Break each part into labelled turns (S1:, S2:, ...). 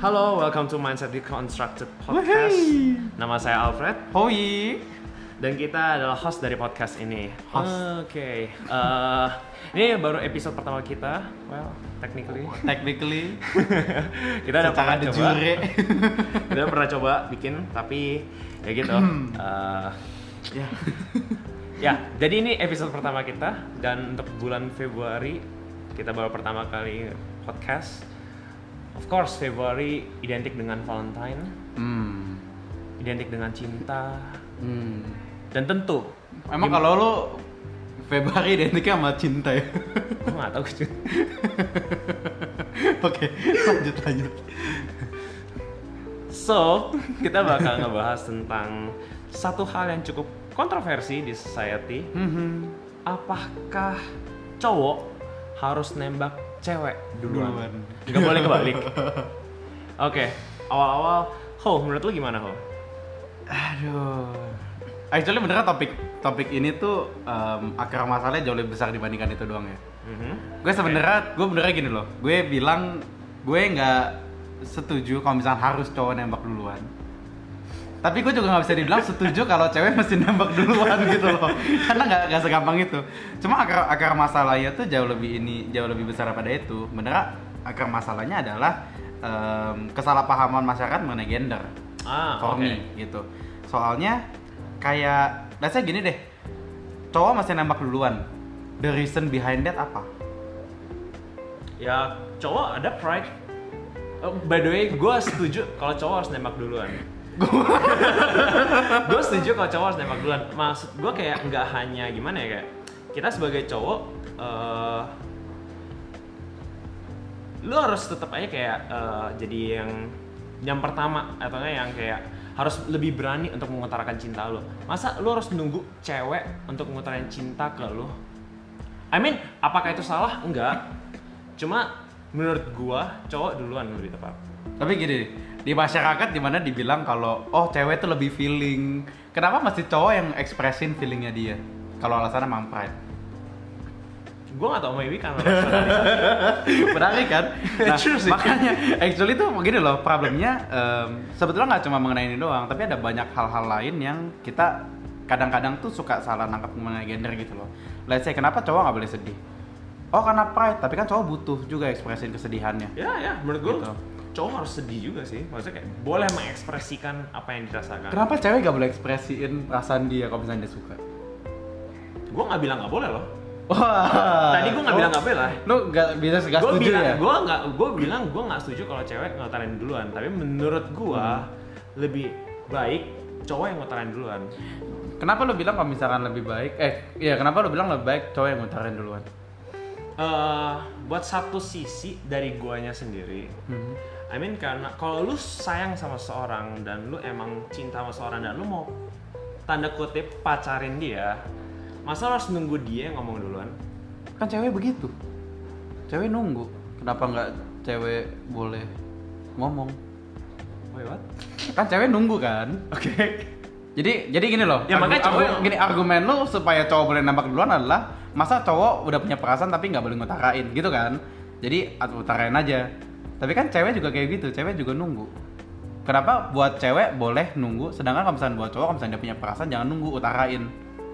S1: Halo, welcome to Mindset Deconstructed Podcast. Nama saya Alfred.
S2: Hoi.
S1: Dan kita adalah host dari podcast ini. Oke. Ini baru episode pertama kita. Well, technically kita udah pernah coba. Kita udah pernah coba bikin, tapi ya gitu. Ya, jadi ini episode pertama kita. Dan untuk bulan Februari kita baru pertama kali podcast. Of course, Februari identik dengan Valentine, identik dengan cinta, dan tentu.
S2: Emang kalau lo Februari identiknya sama cinta ya?
S1: Gue nggak tahu sih.
S2: Oke, lanjut.
S1: So, kita bakal ngebahas tentang satu hal yang cukup kontroversi di society. Apakah cowok harus nembak cewek duluan? Nggak boleh kebalik. Oke, awal-awal, menurut lu gimana,
S2: Aduh. Actually beneran topik ini tuh akar masalahnya jauh lebih besar dibandingkan itu doang ya. Gue benernya gini loh. Gue bilang gue nggak setuju kalau misalnya harus cowok nembak duluan. Tapi gue juga nggak bisa dibilang setuju kalau cewek mesti nembak duluan gitu loh. Karena nggak segampang itu. Cuma akar masalahnya tuh jauh lebih besar daripada itu. Beneran akar masalahnya adalah kesalahpahaman masyarakat mengenai gender. For me gitu. Soalnya kayak, let's say gini deh, cowok masih nembak duluan. The reason behind that apa?
S1: Ya, cowok ada pride. By the way, gue setuju kalau cowok harus nembak duluan. Gue setuju kalau cowok harus nembak duluan. Maksud gue kayak nggak hanya gimana ya, kayak kita sebagai cowok, lu harus tetap aja kayak jadi yang pertama atau yang kayak harus lebih berani untuk mengutarakan cinta lu. Masa lu harus nunggu cewek untuk mengutarakan cinta ke lu? I mean, apakah itu salah? Enggak. Cuma menurut gua cowok duluan lebih tepat.
S2: Tapi gini, di masyarakat dimana dibilang kalau cewek tuh lebih feeling. Kenapa masih cowok yang ekspresin feelingnya dia? Kalau alasannya emang pride.
S1: Gue gak tau, maybe karena
S2: berani kan? Nah, makanya actually tuh begini loh, problemnya sebetulnya gak cuma mengenai ini doang, tapi ada banyak hal-hal lain yang kita kadang-kadang tuh suka salah nangkap mengenai gender gitu loh. Let's say, kenapa cowok gak boleh sedih? Karena pride, tapi kan cowok butuh juga ekspresin kesedihannya.
S1: Ya, menurut gue
S2: gitu.
S1: Cowok harus sedih juga sih, maksudnya kayak boleh mengekspresikan apa yang dirasakan.
S2: Kenapa cewek gak boleh ekspresiin perasaan dia kalau misalnya dia suka?
S1: Gue gak bilang gak boleh loh.
S2: Wah.
S1: Tadi gue nggak bilang nggak boleh.
S2: Lu nggak setuju ya?
S1: Gue bilang gue nggak setuju kalau cewek ngutarain duluan. Tapi menurut gue lebih baik cowok yang ngutarain duluan.
S2: Kenapa lu bilang kalau misalkan lebih baik? Kenapa lu bilang lebih baik cowok yang ngutarain duluan?
S1: Buat satu sisi dari guanya sendiri. I mean karena kalau lu sayang sama seorang dan lu emang cinta sama seorang dan lu mau tanda kutip pacarin dia. Masa harus nunggu dia yang ngomong duluan?
S2: Kan cewek begitu. Cewek nunggu. Kenapa nggak cewek boleh ngomong?
S1: Wait, what?
S2: Kan cewek nunggu kan?
S1: Oke.
S2: Jadi gini loh.
S1: Ya makanya cowok
S2: gini argumen lu supaya cowok boleh nembak duluan adalah masa cowok udah punya perasaan tapi nggak boleh ngutarain gitu kan? Jadi utarain aja. Tapi kan cewek juga kayak gitu. Cewek juga nunggu. Kenapa buat cewek boleh nunggu, sedangkan kalau misalnya buat cowok kalau misalnya dia punya perasaan jangan nunggu, utarain.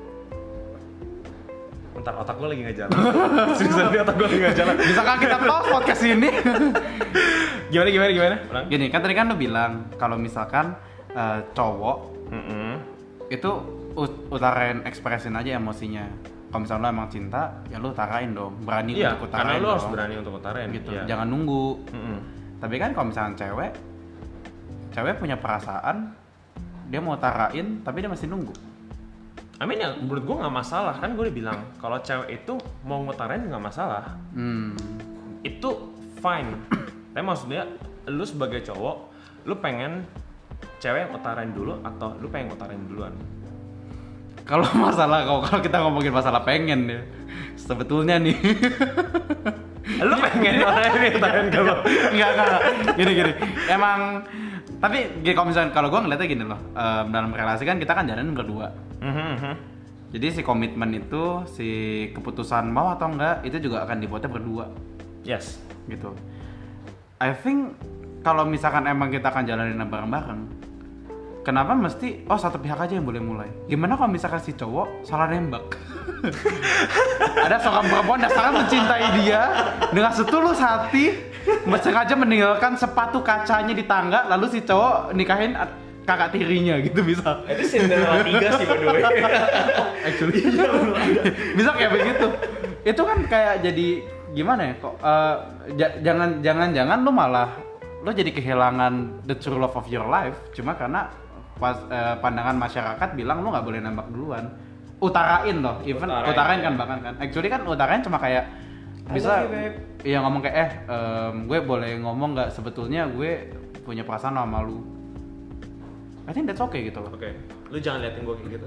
S1: Bentar, otak gue lagi gak jalan. Seriusan otak gue lagi gak jalan.
S2: Bisakah kita pause podcast ini?
S1: Gimana?
S2: Gini, kan tadi kan lu bilang kalau misalkan cowok itu utarain, ekspresin aja emosinya. Kalau misalnya lu emang cinta, ya lu utarain dong. Berani untuk utarain.
S1: Karena lu harus berani untuk utarain
S2: gitu.
S1: Iya.
S2: Jangan nunggu. Tapi kan kalau misalnya cewek punya perasaan, dia mau utarain tapi dia masih nunggu.
S1: I mean ya menurut gue nggak masalah, kan gue udah bilang kalau cewek itu mau ngutarain nggak masalah, itu fine. Tapi maksudnya lu sebagai cowok, lu pengen cewek yang ngutarain dulu atau lu pengen ngutarain duluan?
S2: Kalau kita ngomongin masalah pengen ya, sebetulnya nih.
S1: Lu pengen orang yang ngutarain ke lu?
S2: Enggak. Gini. Emang tapi kalau gue ngeliatnya gini loh, dalam relasi kan kita kan jalanin berdua. Jadi si komitmen itu, si keputusan mau atau enggak itu juga akan dibuatnya berdua.
S1: Yes.
S2: Gitu. I think kalau misalkan emang kita akan jalanin bareng-bareng, kenapa mesti satu pihak aja yang boleh mulai? Gimana kalau misalkan si cowok salah nembak? Ada seorang perempuan yang sangat mencintai dia dengan setulus hati, sengaja meninggalkan sepatu kacanya di tangga, lalu si cowok nikahin kakak tirinya gitu bisa.
S1: Itu Cinderella 3 sih by the way.
S2: Actually bisa kayak begitu. Itu kan kayak jadi gimana ya kok jangan lu jadi kehilangan the true love of your life cuma karena pandangan masyarakat bilang lu nggak boleh nembak duluan. Utarain loh, utarain kan bahkan kan. Actually kan utarain cuma kayak bisa iya ngomong kayak gue boleh ngomong nggak sebetulnya gue punya perasaan sama lu. I think that's okay gitu loh.
S1: Oke. Lu jangan liatin gue kayak gitu.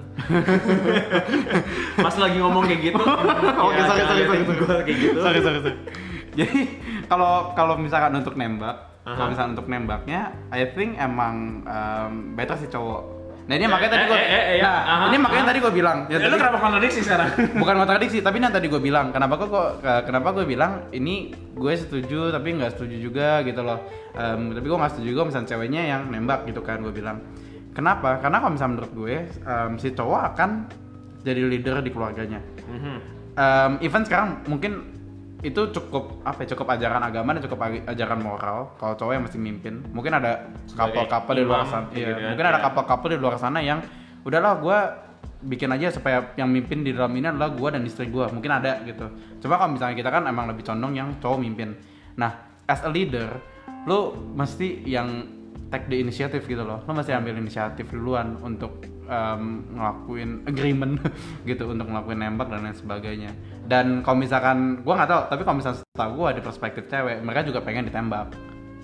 S1: Pas lagi ngomong kayak gitu.
S2: Oke, sorry.
S1: Kayak gitu.
S2: Sorry. Jadi kalau misalkan untuk nembak, kalau misalkan untuk nembaknya, I think emang better si cowok. Nah ini makanya tadi gue, ini makanya tadi gue bilang.
S1: Ya, lu kenapa kontradiksi sekarang?
S2: Bukan kontradiksi, tapi yang tadi gue bilang. Kenapa gue bilang ini gue setuju tapi nggak setuju juga gitu loh. Tapi gue nggak setuju juga misalnya ceweknya yang nembak gitu kan gue bilang. Kenapa? Karena kalau misalnya menurut gue si cowok akan jadi leader di keluarganya. Even sekarang mungkin itu cukup ajaran agama dan cukup ajaran moral. Kalau cowok yang mesti mimpin, mungkin ada couple di luar sana. Iya, gitu mungkin ada couple di luar sana yang udahlah gue bikin aja supaya yang mimpin di dalam ini adalah gue dan istri gue. Mungkin ada gitu. Coba kalau misalnya kita kan emang lebih condong yang cowok mimpin. Nah, as a leader, lu mesti yang take the initiative gitu loh. Lo mesti ambil inisiatif duluan untuk ngelakuin agreement gitu, untuk ngelakuin nembak dan lain sebagainya. Dan kalau misalkan gue nggak tahu, tapi kalau misalnya setahu gue di perspektif cewek, mereka juga pengen ditembak.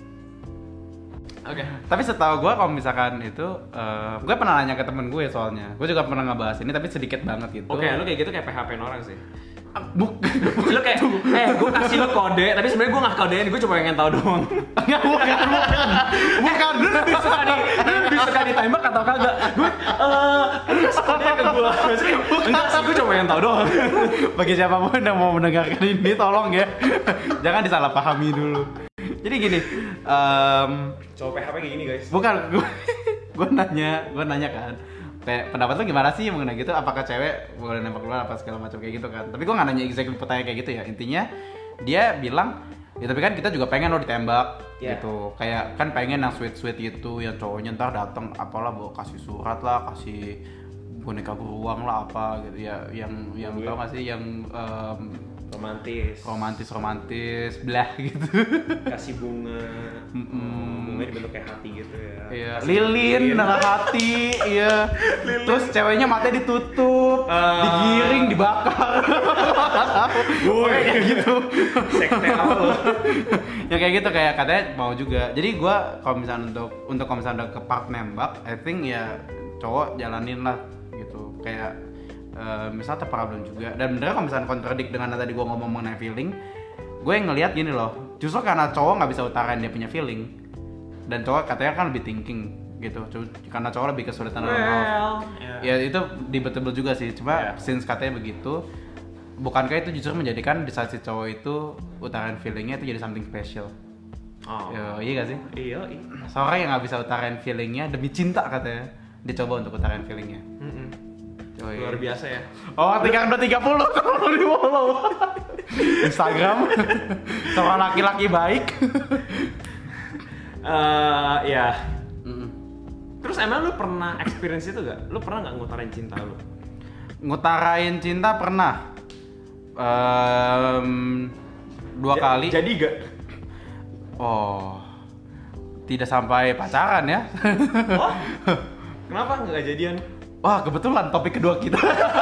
S1: Oke.
S2: Tapi setahu gue kalau misalkan itu, gue pernah nanya ke temen gue soalnya, gue juga pernah ngebahas ini tapi sedikit banget gitu.
S1: Oke, lu kayak gitu kayak PHP-in orang sih.
S2: Lu
S1: kayak, gue kasih lu kode, tapi sebenarnya gue nggak kodein, gue cuma pengen tahu doang. Bukan. Lu lebih suka ditembak atau kagak? Gue, lu kasih kode ke gue. Enggak sih, gue cuma pengen tahu doang.
S2: Bagi siapapun yang mau mendengarkan ini, tolong ya, jangan disalahpahami dulu. Jadi gini,
S1: cowok PHP kayak gini guys.
S2: Bukan, gue nanya kan. Pendapat lu gimana sih mengenai gitu? Apakah cewek boleh nembak duluan apa segala macam kayak gitu kan? Tapi gue nggak nanya exactly pertanyaan kayak gitu ya. Intinya dia bilang ya tapi kan kita juga pengen lo ditembak gitu. Kayak kan pengen yang sweet gitu, yang cowoknya ntar datang apalah bawa kasih surat lah, kasih boneka beruang lah apa gitu ya. Yang tau nggak sih yang romantis belah gitu.
S1: Kasih bunga. Bunganya dibentuk kayak hati gitu ya.
S2: Iya, lilin dengan hati, iya. Terus ceweknya matanya ditutup, digiring, dibakar. Kayak gitu.
S1: Sekte apa lo?
S2: Ya kayak gitu, kayak katanya mau juga. Jadi gua kalau misalnya untuk kalau misalnya ke part nembak, I think ya cowok jalanin lah gitu. Kayak misalnya terproblem juga. Dan bener kalau misalnya kontradik dengan tadi gue ngomong mengenai feeling, gue ngelihat gini loh, justru karena cowok nggak bisa utarain dia punya feeling, dan cowok katanya kan lebih thinking gitu, karena cowok lebih kesulitan dalam hal. Ya itu debatable juga sih, cuma since katanya begitu, bukankah itu justru menjadikan di saat si cowok itu utarain feelingnya itu jadi something special? Iya gak sih?
S1: Iya.
S2: Seorang yang nggak bisa utarain feelingnya demi cinta katanya, dicoba untuk utarain feelingnya.
S1: Luar biasa ya.
S2: Oh, 330 kalau di follow Instagram. Seorang laki-laki baik.
S1: Ya. Terus emang lu pernah experience itu gak? Lu pernah gak ngutarain cinta lu?
S2: Ngutarain cinta pernah. 2 kali.
S1: Jadi gak?
S2: Oh, tidak sampai pacaran ya.
S1: Oh? Kenapa gak jadian?
S2: Wah, kebetulan topik kedua kita.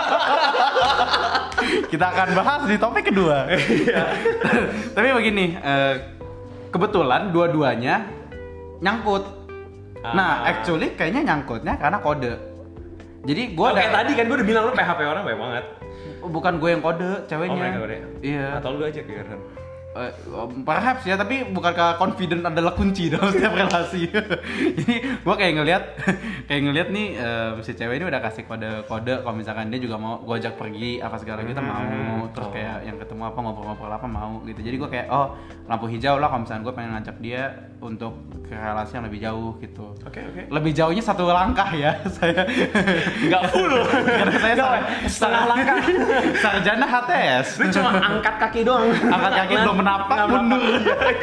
S2: Kita akan bahas di topik kedua. Tapi begini, kebetulan dua-duanya nyangkut. Nah, actually kayaknya nyangkutnya karena kode. Jadi gue
S1: kayak tadi kan gue udah bilang lu PHP orang banyak banget.
S2: Bukan gue yang kode, ceweknya.
S1: Oh, mereka kode.
S2: Iya.
S1: Atau lu aja kan?
S2: perhaps ya, tapi bukankah confident adalah kunci dalam setiap relasi. Jadi gue kayak ngeliat nih si cewek ini udah kasih kode kalau misalkan dia juga mau gue ajak pergi apa segala gitu mau, terus kayak yang ketemu apa ngobrol-ngobrol apa mau gitu. Jadi gue kayak lampu hijau lah kalau misalkan gue pengen ngajak dia untuk ke relasi yang lebih jauh gitu.
S1: Oke.
S2: Lebih jauhnya 1 langkah ya saya.
S1: Nggak full.
S2: Karena saya
S1: setengah langkah.
S2: sarjana HTS.
S1: Lu cuma angkat kaki doang.
S2: Angkat kaki belum menapak mundur.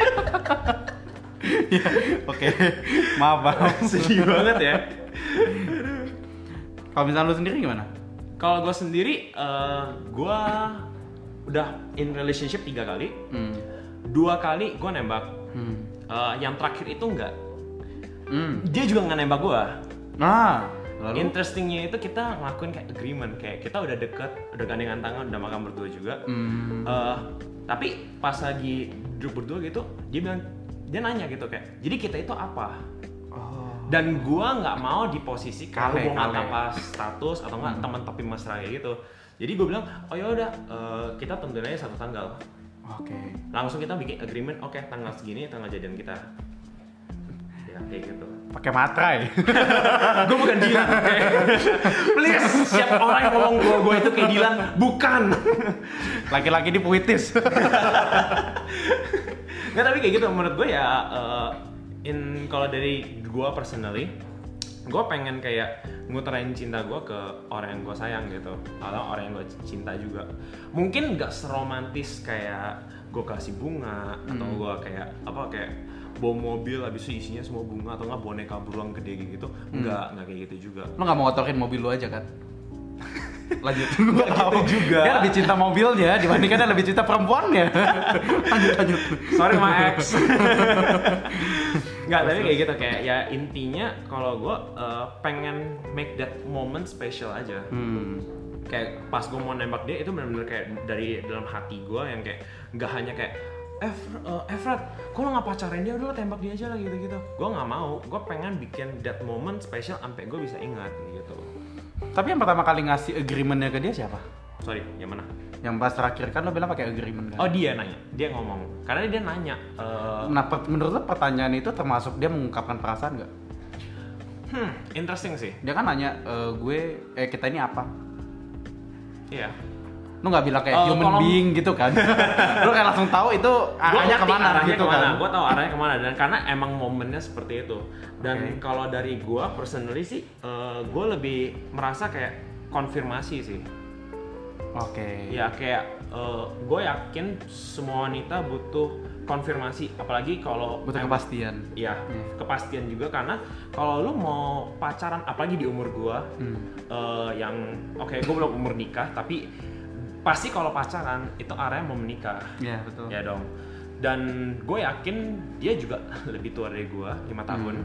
S2: Ya, oke. Maaf.
S1: Sedih banget ya.
S2: Kalau misalnya lu sendiri gimana?
S1: Kalau gue sendiri, gue udah in relationship 3 kali. 2 kali gue nembak. Yang terakhir itu enggak. Dia juga nggak nembak gue.
S2: Lalu?
S1: Interestingnya itu kita ngelakuin kayak agreement, kayak kita udah deket, udah gandengan tangan, udah makan berdua juga. Tapi pas lagi duduk berdua gitu, dia nanya gitu kayak, jadi kita itu apa? Dan gua nggak mau di posisi hubungan tanpa status atau nggak teman tapi mesra kayak gitu. Jadi gua bilang, oh ya udah, kita tentuin aja 1 tanggal.
S2: Oke.
S1: Langsung kita bikin agreement, oke, tanggal segini tanggal jadian kita. Ya kayak gitu.
S2: Pakai materai.
S1: Gue bukan Dilan, oke? Please, siap orang yang ngomong gue itu kayak Dilan, bukan.
S2: Laki-laki ini puitis.
S1: Nggak, tapi kayak gitu menurut gue ya. Kalau dari gue personally, gue pengen kayak ngutarain cinta gue ke orang yang gue sayang gitu, atau orang yang gue cinta juga. Mungkin nggak seromantis kayak gue kasih bunga atau gue kayak bawa mobil habis itu isinya semua bunga atau nggak boneka beruang gede gitu. Nggak kayak gitu juga.
S2: Lo nggak mau ngotorin mobil lo aja kan? Lanjut.
S1: Nggak gitu juga.
S2: Dia lebih cinta mobilnya dibandingkan dia lebih cinta perempuannya. lanjut.
S1: Sorry my ex. Nggak, tapi kayak gitu, kayak ya intinya kalau gue pengen make that moment special aja. Kayak pas gue mau nembak dia itu benar-benar kayak dari dalam hati gue yang kayak nggak hanya kayak Fred, kok lo nggak pacarin dia, udah lo tembak dia aja lah gitu-gitu. Gue nggak mau, gue pengen bikin that moment special sampai gue bisa ingat gitu.
S2: Tapi yang pertama kali ngasih agreementnya ke dia siapa?
S1: Sorry, yang mana?
S2: Yang pas terakhir kan lo bilang pakai agreement kan?
S1: Oh, dia nanya, dia ngomong. Karena dia nanya.
S2: Nah, menurut lo pertanyaan itu termasuk dia mengungkapkan perasaan nggak?
S1: Interesting sih.
S2: Dia kan nanya kita ini apa?
S1: Iya.
S2: Lu nggak bilang kayak human being gitu kan? Lu kayak langsung tahu itu arahnya kemana gitu kan?
S1: Gue tahu arahnya kemana, dan karena emang momennya seperti itu. Dan kalau dari gue personally sih, gue lebih merasa kayak konfirmasi sih. Ya kayak gue yakin semua wanita butuh konfirmasi, apalagi kalau
S2: butuh kepastian.
S1: Iya, kepastian juga, karena kalau lu mau pacaran, apalagi di umur gue, yang gue belum umur nikah, tapi pasti kalau pacaran itu arahnya mau menikah.
S2: Iya, betul.
S1: Ya dong. Dan gue yakin dia juga lebih tua dari gue 5 tahun.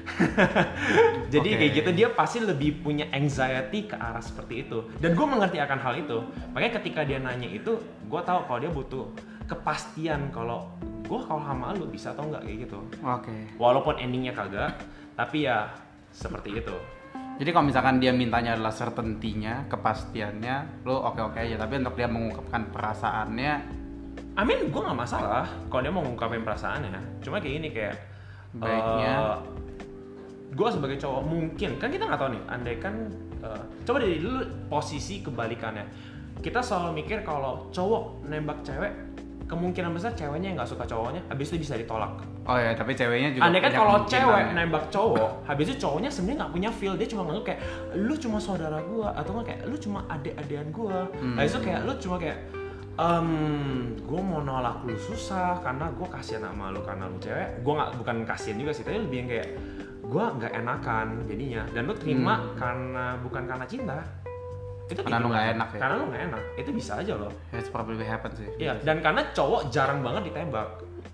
S1: Jadi kayak gitu dia pasti lebih punya anxiety ke arah seperti itu. Dan gue mengerti akan hal itu. Makanya ketika dia nanya itu, gue tahu kalau dia butuh kepastian kalau gue kalau sama lu bisa atau enggak kayak gitu. Walaupun endingnya kagak, tapi ya seperti itu.
S2: Jadi kalau misalkan dia mintanya adalah certainty-nya, kepastiannya, lo oke-oke aja. Tapi untuk dia mengungkapkan perasaannya,
S1: gue nggak masalah kalau dia mau ngungkapin perasaannya. Cuma kayak gini, kayak
S2: baiknya
S1: gue sebagai cowok mungkin, kan kita nggak tahu nih, andai kan coba dari dulu posisi kebalikannya. Kita selalu mikir kalau cowok nembak cewek, kemungkinan besar ceweknya yang nggak suka cowoknya, habis itu bisa ditolak.
S2: Oh ya, tapi ceweknya juga.
S1: Andai kan kalau cewek nembak cowok, habis itu cowoknya sebenarnya nggak punya feel, dia cuma nganggep kayak lu cuma saudara gua, atau nggak kayak lu cuma adik-adikan gua. Habis itu kayak lu cuma kayak gue mau nolak lu susah karena gue kasihan sama lu karena lu cewek. Gue bukan kasihan juga sih, tapi lebih yang kayak gue nggak enakan jadinya, dan lu terima bukan karena cinta. Itu
S2: karena lu nggak enak ya?
S1: Karena lu nggak enak, itu bisa aja loh.
S2: It's probably happen sih.
S1: Iya, dan karena cowok jarang banget ditembak.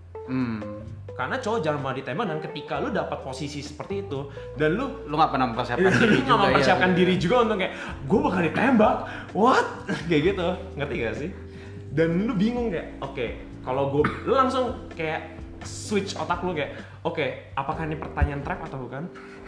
S1: Karena cowok jarang banget ditembak, dan ketika lu dapat posisi seperti itu dan lu
S2: nggak pernah mempersiapkan diri
S1: juga, nggak mempersiapkan diri juga untuk kayak gue bakal ditembak, what? Kayak gitu, ngerti gak sih? Dan lu bingung kayak, oke, kalau lu langsung kayak switch otak lu kayak, oke, apakah ini pertanyaan trap atau bukan?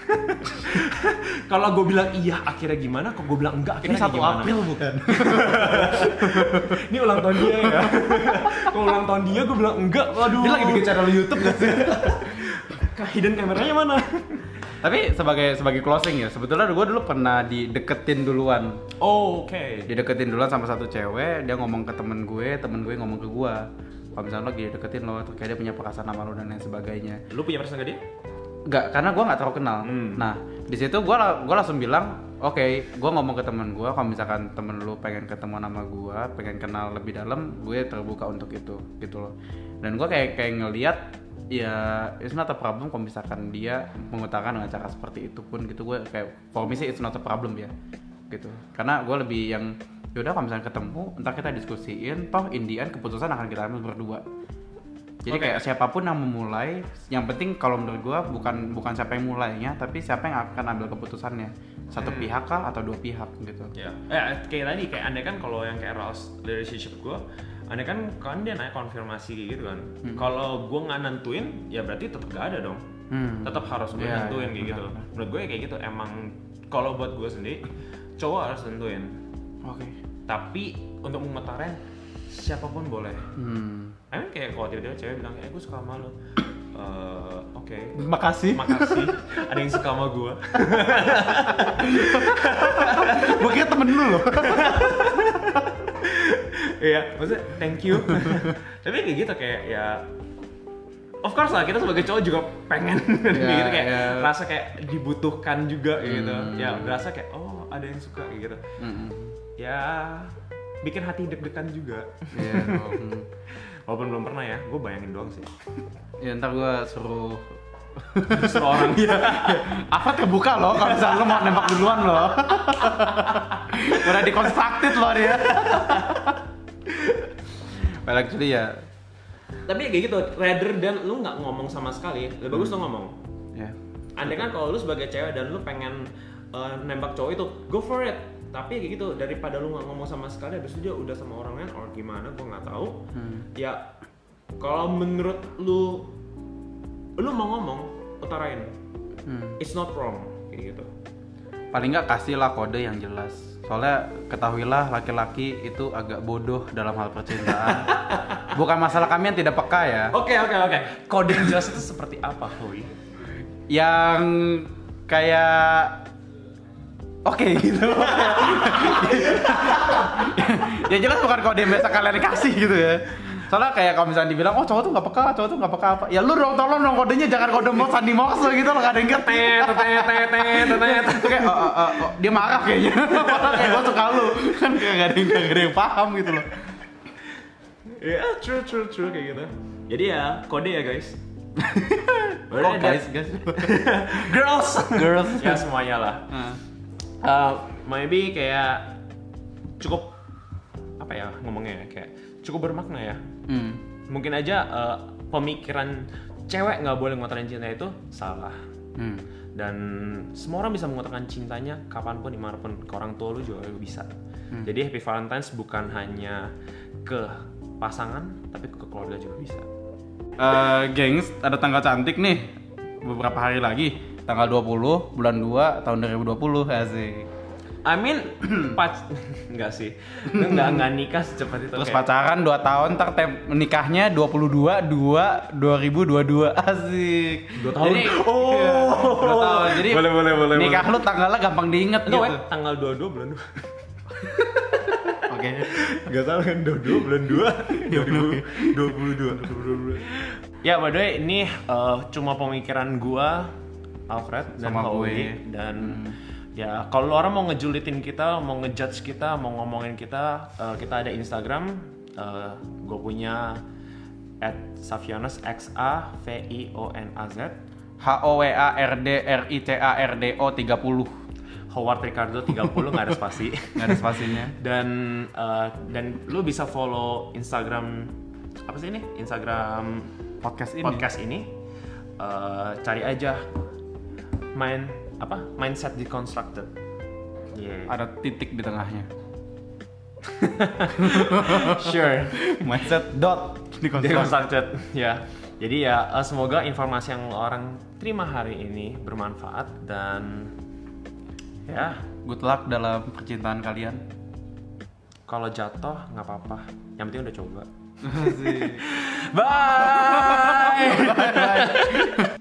S1: Kalau gue bilang iya, akhirnya gimana? Kalau gue bilang enggak,
S2: Ini
S1: akhirnya
S2: 1
S1: gimana?
S2: April bukan?
S1: Ini ulang tahun dia ya. Kalau ulang tahun dia, gue bilang enggak. Waduh.
S2: Dia lagi bikin channel YouTube gak sih?
S1: Hidden kameranya mana?
S2: Tapi sebagai closing ya, sebetulnya gue dulu pernah dideketin duluan.
S1: Oh, oke.
S2: Dideketin duluan sama satu cewek, dia ngomong ke temen gue ngomong ke gue, kalau misalnya lo lagi deketin lo, terus kayak dia punya perasaan sama lo dan lain sebagainya.
S1: Lu punya perasaan ke dia?
S2: Enggak, karena gue nggak terlalu kenal. Nah, di situ gue langsung bilang, oke, gue ngomong ke temen gue, kalau misalkan temen lu pengen ketemu sama gue, pengen kenal lebih dalam, gue terbuka untuk itu, gitu loh. Dan gue kayak ngeliat, ya it's not a problem kalau misalkan dia mengutarakan dengan cara seperti itu pun, gitu. Gue kayak, for me sih it's not a problem ya, gitu. Karena gue lebih yang, yaudah kalau misalkan ketemu, ntar kita diskusiin, toh in the end keputusan akan kita ambil berdua. Jadi kayak siapapun yang memulai, yang penting kalau menurut gue bukan siapa yang mulainya, tapi siapa yang akan ambil keputusannya, satu pihak kah atau dua pihak gitu.
S1: Ya, kayak tadi, kayak andai kan kalau yang kayak Ross relationship gue, andai kan dia nanya konfirmasi kayak gitu kan. Kalau gue nggak nentuin, ya berarti tetap gak ada dong. Tetap harus gue nentuin kayak gitu. Menurut gue kayak gitu. Emang kalau buat gue sendiri, cowok harus nentuin.
S2: Oke.
S1: Tapi untuk mengutarain, siapapun boleh. Emang kayak kalau tiba-tiba cewek bilang, gue suka sama lo. Oke.
S2: Makasih.
S1: Ada yang suka sama gue.
S2: Gue kira temen lu loh.
S1: Iya, maksudnya thank you. Tapi kayak gitu kayak ya, of course lah, kita sebagai cowok juga pengen gitu kayak rasa kayak dibutuhkan juga gitu. Ya berasa kayak oh ada yang suka kayak gitu. Ya bikin hati deg-degan juga. Walaupun belum pernah ya, gue bayangin doang sih.
S2: Ya ntar gue suruh
S1: orang dia.
S2: Apa terbuka loh kalau misalnya lo mau nembak duluan loh. Udah dikonstruktif loh dia. Well actually ya.
S1: Tapi kayak gitu, rather than lu nggak ngomong sama sekali, lebih bagus lu ngomong.
S2: Ya.
S1: Andai kan kalau lu sebagai cewek dan lu pengen nembak cowok itu, go for it. Tapi kayak gitu, daripada lu nggak ngomong sama sekali, habis itu dia udah sama orang lain or gimana, gue nggak tahu. Ya, kalau menurut lu mau ngomong, utarain. It's not wrong, kayak gitu.
S2: Paling nggak kasihlah kode yang jelas. Soalnya ketahuilah laki-laki itu agak bodoh dalam hal percintaan. Bukan masalah kami yang tidak peka ya.
S1: Oke. Kode yang jelas itu seperti apa, Hui?
S2: Yang kayak oke gitu. Ya jelas bukan kode yang biasa kalian kasih gitu ya. Soalnya kayak kalau misalnya dibilang, oh cowok tuh nggak peka apa. Ya lu dong tolong dong kodenya jangan kode mau Sandi Moxo gitu loh, gak ada yang ngerti. Kayak dia marah kayaknya. Padahal kayak gue suka lu. Kan kayak gak ada yang paham gitu loh.
S1: Ya, true kayak gitu. Jadi ya, kode ya guys.
S2: Oh guys.
S1: Girls. Ya semuanya lah. Maybe kayak cukup apa ya ngomongnya ya, kayak cukup bermakna ya. Mungkin aja pemikiran cewek nggak boleh ngutarain cinta itu salah. Dan semua orang bisa mengutarakan cintanya kapanpun, dimanapun. Ke orang tua lu juga bisa. Jadi Happy Valentine's bukan hanya ke pasangan, tapi ke keluarga juga bisa.
S2: Gengs, ada tanggal cantik nih beberapa hari lagi, tanggal 20 bulan 2 tahun 2020. Asik.
S1: I mean, enggak sih. Enggak nikah secepat itu.
S2: Terus
S1: kayak
S2: pacaran 2 tahun, ntar nikahnya 22/2/2022. Asik.
S1: 2 tahun.
S2: Jadi, 2 tahun. Jadi
S1: boleh.
S2: nikah lu tanggalnya gampang diinget gitu.
S1: Tanggal 22 bulan 2.
S2: Oke.
S1: Enggak salah kan, 22 bulan 2 2022. Ya, by the way, ini cuma pemikiran gua, Alfred dan
S2: Sama
S1: Howie,
S2: gue.
S1: dan ya kalau orang mau ngejulitin kita, mau ngejudge kita, mau ngomongin kita, kita ada Instagram, gue punya @Savionaz XAVIONAZ,
S2: HOWARDRICARDO 30.
S1: Howard Ricardo 30, nggak ada spasi.
S2: Nggak ada spasinya.
S1: Dan lu bisa follow Instagram apa sih ini? Instagram podcast ini. Cari aja Mindset Deconstructed.
S2: Ada titik di tengahnya.
S1: Sure.
S2: Mindset dot
S1: Deconstructed. Ya. Jadi ya semoga informasi yang orang terima hari ini bermanfaat dan ya
S2: Good luck dalam percintaan kalian.
S1: kalau jatuh nggak apa-apa, yang penting udah coba.
S2: Asik.
S1: Bye.